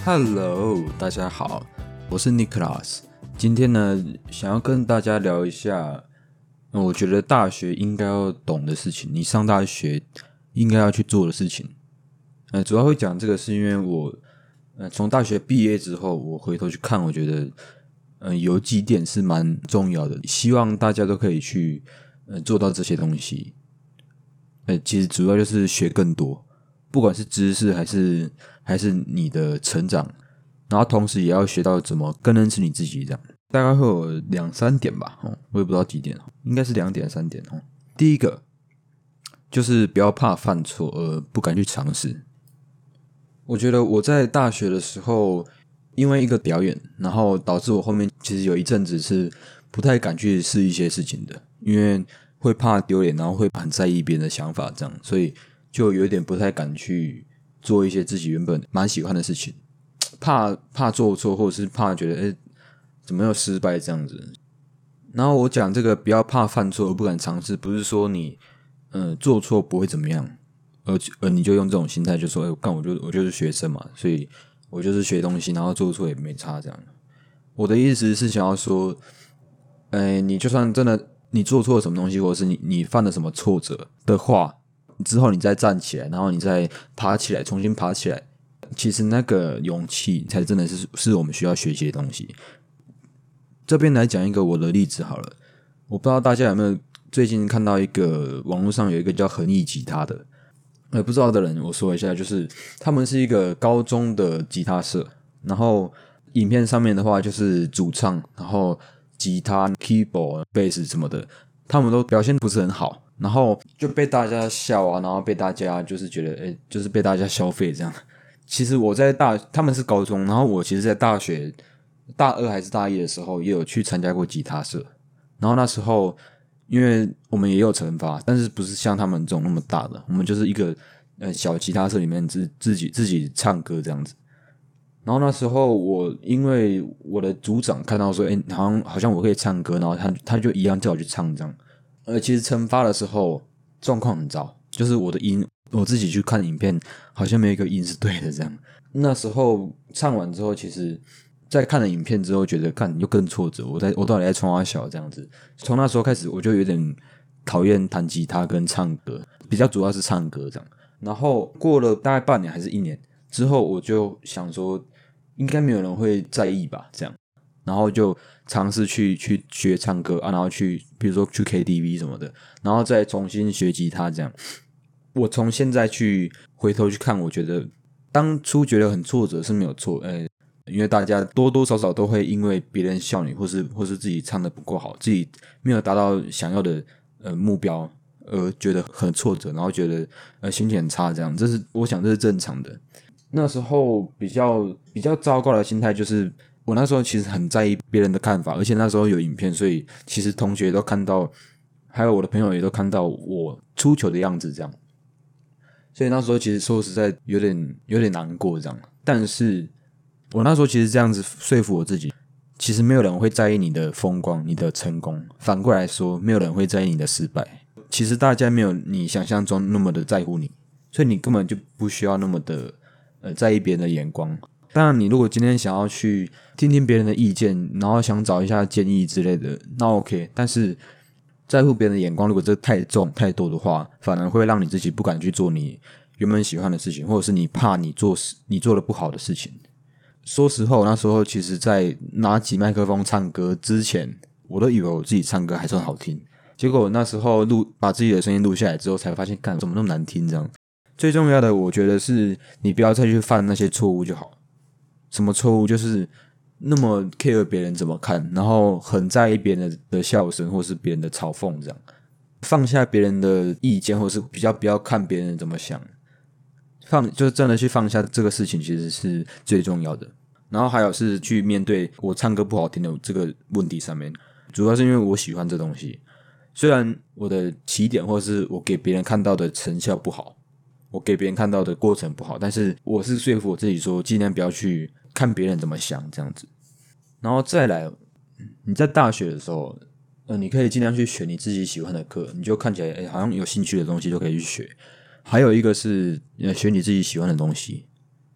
Hello， 大家好，我是 Nicholas。今天呢，想要跟大家聊一下，我觉得大学应该要懂的事情，你上大学应该要去做的事情。主要会讲这个是因为我，从大学毕业之后，我回头去看，我觉得，有几点是蛮重要的，希望大家都可以去，做到这些东西。其实主要就是学更多。不管是知识还是你的成长，然后同时也要学到怎么更认识你自己，这样大概会有2-3点吧，我也不知道几点，应该是2点3点。第一个就是不要怕犯错而不敢去尝试。我觉得我在大学的时候，因为一个表演，然后导致我后面其实有一阵子是不太敢去试一些事情的，因为会怕丢脸，然后会很在意别人的想法，这样，所以就有点不太敢去做一些自己原本蛮喜欢的事情，怕做错，或者是怕觉得怎么又失败这样子。然后我讲这个不要怕犯错而不敢尝试，不是说你做错不会怎么样，而你就用这种心态就说干我就是学生嘛，所以我就是学东西，然后做错也没差这样。我的意思是想要说你就算真的你做错了什么东西，或者是你犯了什么挫折的话，之后你再站起来，然后你再爬起来，重新爬起来，其实那个勇气才真的是我们需要学习的东西。这边来讲一个我的例子好了，我不知道大家有没有最近看到一个网络上有一个叫恒毅吉他的，不知道的人我说一下，就是他们是一个高中的吉他社，然后影片上面的话就是主唱，然后吉他、keyboard、bass 什么的，他们都表现不是很好，然后就被大家笑啊，然后被大家就是觉得就是被大家消费这样。其实我在他们是高中，然后我其实在大学大2还是大1的时候也有去参加过吉他社，然后那时候因为我们也有惩罚，但是不是像他们这种那么大的，我们就是一个小吉他社里面自己唱歌这样子。然后那时候我因为我的组长看到说好像我可以唱歌，然后他就一样叫我去唱这样。其实惩罚的时候状况很糟，就是我的音我自己去看影片好像没有一个音是对的这样。那时候唱完之后，其实在看了影片之后觉得看又更挫折，我到底在冲啥小这样子。从那时候开始我就有点讨厌弹吉他跟唱歌，比较主要是唱歌这样。然后过了大概半年还是1年之后，我就想说应该没有人会在意吧这样，然后就尝试去学唱歌啊，然后比如说去 KTV 什么的，然后再重新学吉他这样。我从现在回头去看，我觉得当初觉得很挫折是没有错，因为大家多多少少都会因为别人笑你，或是自己唱的不够好，自己没有达到想要的目标而觉得很挫折，然后觉得心情很差这样，我想这是正常的。那时候比较糟糕的心态就是我那时候其实很在意别人的看法，而且那时候有影片，所以其实同学都看到，还有我的朋友也都看到我出糗的样子这样。所以那时候其实说实在有点难过这样。但是我那时候其实这样子说服我自己，其实没有人会在意你的风光你的成功，反过来说没有人会在意你的失败，其实大家没有你想象中那么的在乎你，所以你根本就不需要那么的在意别人的眼光。当然你如果今天想要去听听别人的意见，然后想找一下建议之类的，那 OK， 但是在乎别人的眼光如果这太重太多的话，反而会让你自己不敢去做你原本喜欢的事情，或者是你怕你做的不好的事情。说实话，我那时候其实在拿起麦克风唱歌之前，我都以为我自己唱歌还算好听，结果那时候把自己的声音录下来之后才发现干怎么那么难听这样。最重要的我觉得是你不要再去犯那些错误就好。什么错误？就是那么 care 别人怎么看，然后很在意别人的笑声或是别人的嘲讽这样。放下别人的意见，或是比较不要看别人怎么想，就是真的去放下这个事情其实是最重要的。然后还有是去面对我唱歌不好听的这个问题上面，主要是因为我喜欢这东西，虽然我的起点或是我给别人看到的成效不好，我给别人看到的过程不好，但是我是说服我自己说尽量不要去看别人怎么想这样子。然后再来你在大学的时候你可以尽量去选你自己喜欢的课，你就看起来好像有兴趣的东西就可以去学。还有一个是学你自己喜欢的东西，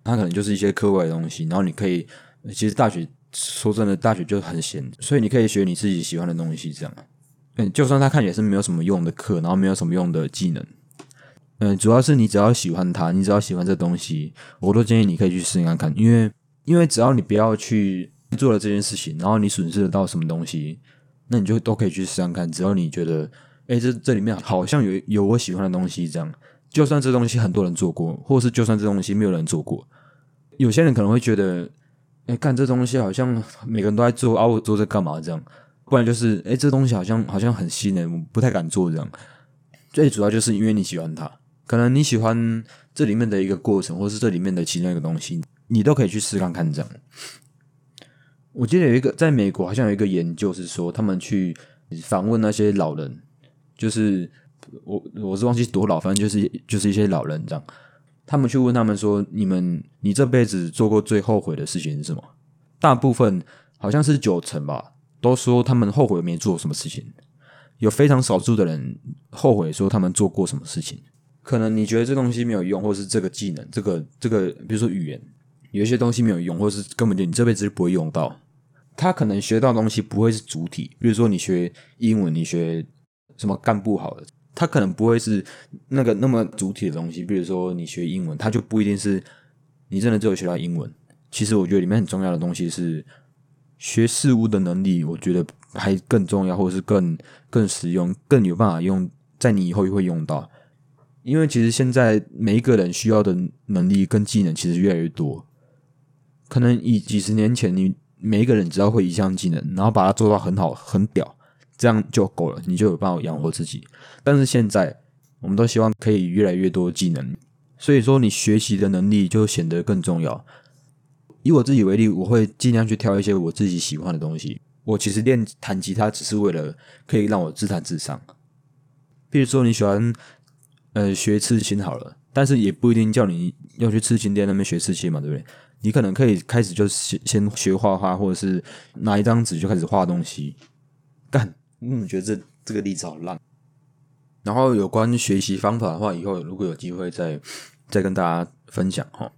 它可能就是一些课外的东西，然后你可以，其实大学说真的，大学就很闲，所以你可以学你自己喜欢的东西，这样。就算它看起来是没有什么用的课，然后没有什么用的技能，主要是你只要喜欢它，你只要喜欢这东西，我都建议你可以去试试看看，因为只要你不要去做了这件事情，然后你损失得到什么东西，那你就都可以去试试看。只要你觉得，这里面好像有我喜欢的东西，这样，就算这东西很多人做过，或是就算这东西没有人做过，有些人可能会觉得，干这东西好像每个人都在做啊，我做这干嘛这样？不然就是，这东西好像很新我不太敢做这样。最主要就是因为你喜欢它。可能你喜欢这里面的一个过程，或是这里面的其中一个东西，你都可以去试看看这样。我记得在美国好像有一个研究是说，他们去访问那些老人，就是我是忘记多老，反正就是一些老人这样。他们去问他们说，你这辈子做过最后悔的事情是什么？大部分好像是90%吧，都说他们后悔没做什么事情。有非常少数的人后悔说他们做过什么事情。可能你觉得这东西没有用，或是这个技能，这个，比如说语言，有一些东西没有用，或是根本就你这辈子就不会用到。他可能学到的东西不会是主体，比如说你学英文，你学什么干部好了，他可能不会是那么主体的东西。比如说你学英文，它就不一定是你真的只有学到英文。其实我觉得里面很重要的东西是学事物的能力，我觉得还更重要，或者是更实用，更有办法用，在你以后会用到。因为其实现在每一个人需要的能力跟技能其实越来越多，可能以几十年前，你每一个人只要会一项技能，然后把它做到很好很屌，这样就够了，你就有办法养活自己。但是现在我们都希望可以越来越多技能，所以说你学习的能力就显得更重要。以我自己为例，我会尽量去挑一些我自己喜欢的东西。我其实练弹吉他只是为了可以让我自弹自唱。比如说你喜欢学刺青好了，但是也不一定叫你要去刺青店那边学刺青嘛，对不对？你可能可以开始就先学画画，或者是拿一张纸就开始画东西。干，我觉得这个例子好烂。然后有关学习方法的话，以后如果有机会再跟大家分享哈。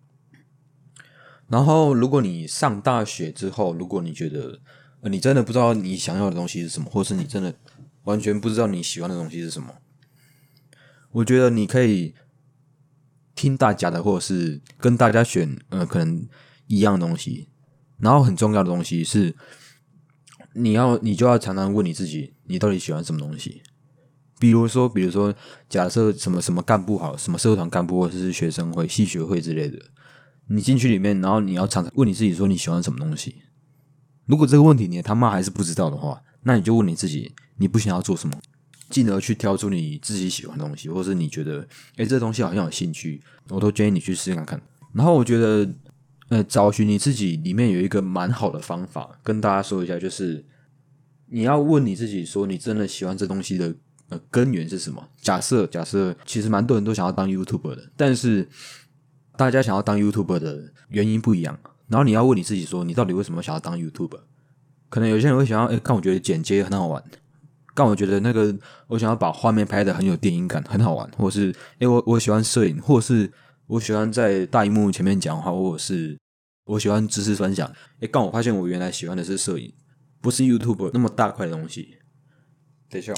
然后如果你上大学之后，如果你觉得你真的不知道你想要的东西是什么，或是你真的完全不知道你喜欢的东西是什么，我觉得你可以听大家的，或者是跟大家选可能一样的东西。然后很重要的东西是，你就要常常问你自己，你到底喜欢什么东西？比如说，假设什么什么干部好，什么社团干部，或者是学生会、系学会之类的，你进去里面，然后你要常常问你自己说你喜欢什么东西。如果这个问题你他妈还是不知道的话，那你就问你自己，你不想要做什么，进而去挑出你自己喜欢的东西，或是你觉得这东西好像有兴趣，我都建议你去试试看看。然后我觉得找寻你自己里面有一个蛮好的方法，跟大家说一下，就是你要问你自己说你真的喜欢这东西的根源是什么。假设其实蛮多人都想要当 YouTuber 的，但是大家想要当 YouTuber 的原因不一样，然后你要问你自己说，你到底为什么想要当 YouTuber？ 可能有些人会想要，看我觉得剪接很好玩，但我觉得我想要把画面拍得很有电影感，很好玩，或者是我喜欢摄影，或者是我喜欢在大荧幕前面讲话，或者是我喜欢知识分享。但我发现我原来喜欢的是摄影，不是 YouTube 那么大块的东西。等一下。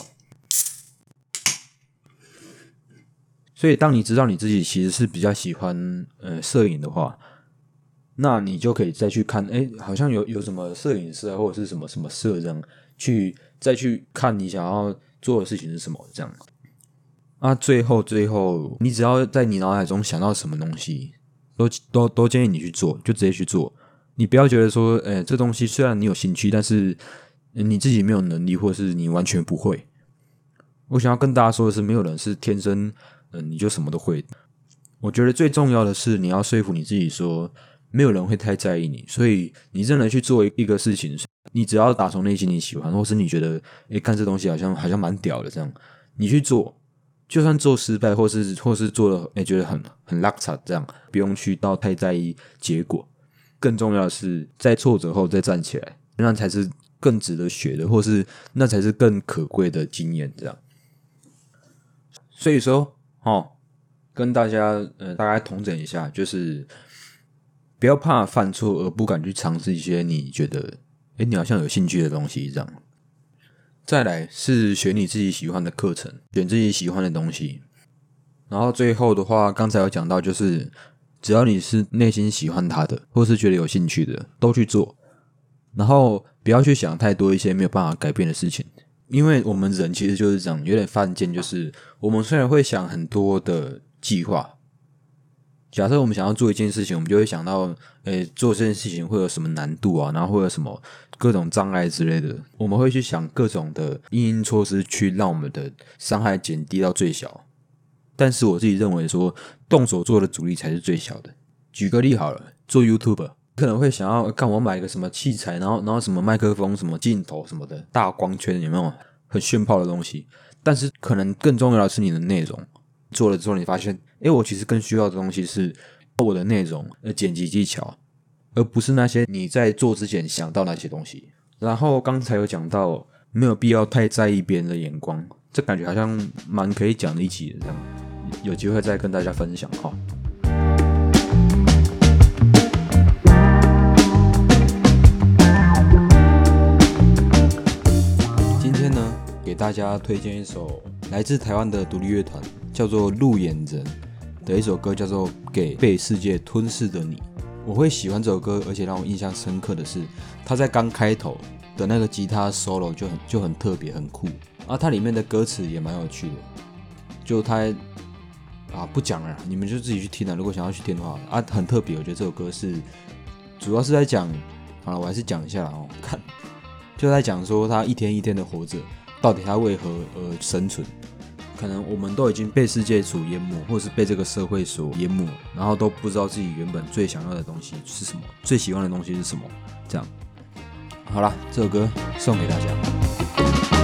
所以当你知道你自己其实是比较喜欢摄影的话，那你就可以再去看，好像有什么摄影社或者是什么什么社这样，再去看你想要做的事情是什么这样。最后你只要在你脑海中想到什么东西，都建议你去做，就直接去做。你不要觉得说这东西虽然你有兴趣，但是你自己没有能力，或是你完全不会。我想要跟大家说的是，没有人是天生你就什么都会。我觉得最重要的是你要说服你自己说，没有人会太在意你，所以你真的去做一个事情，你只要打从内心你喜欢，或是你觉得干这东西好像蛮屌的这样，你去做，就算做失败或是做了觉得很拉差这样，不用去到太在意结果。更重要的是在挫折后再站起来，那才是更值得学的，或是那才是更可贵的经验这样。所以说跟大家大概统整一下，就是不要怕犯错而不敢去尝试一些你觉得你好像有兴趣的东西这样。再来是选你自己喜欢的课程，选自己喜欢的东西。然后最后的话，刚才有讲到，就是只要你是内心喜欢它的，或是觉得有兴趣的，都去做。然后不要去想太多一些没有办法改变的事情，因为我们人其实就是这样，有点犯贱，就是我们虽然会想很多的计划，假设我们想要做一件事情，我们就会想到做这件事情会有什么难度啊，然后会有什么各种障碍之类的，我们会去想各种的因措施去让我们的伤害减低到最小。但是我自己认为说，动手做的阻力才是最小的。举个例好了，做 YouTuber 可能会想要干我买个什么器材，然后什么麦克风、什么镜头什么的，大光圈有没有很炫炮的东西？但是可能更重要的是你的内容。做了之后，你发现，我其实更需要的东西是我的内容、剪辑技巧，而不是那些你在做之前想到那些东西。然后刚才有讲到，没有必要太在意别人的眼光，这感觉好像蛮可以讲的一集的这样。有机会再跟大家分享哈。今天呢，给大家推荐一首来自台湾的独立乐团，叫做路演人的一首歌，叫做《给被世界吞噬的你》。我会喜欢这首歌，而且让我印象深刻的是，它在刚开头的那个吉他 solo 就很特别，很酷啊。它里面的歌词也蛮有趣的，就它。不讲了，你们就自己去听了。如果想要去听的话，很特别。我觉得这首歌是主要是在讲，好了，我还是讲一下啦哦。看，就在讲说他一天一天的活着，到底他为何而生存？可能我们都已经被世界所淹没，或是被这个社会所淹没，然后都不知道自己原本最想要的东西是什么，最喜欢的东西是什么。这样，好啦，这首歌送给大家。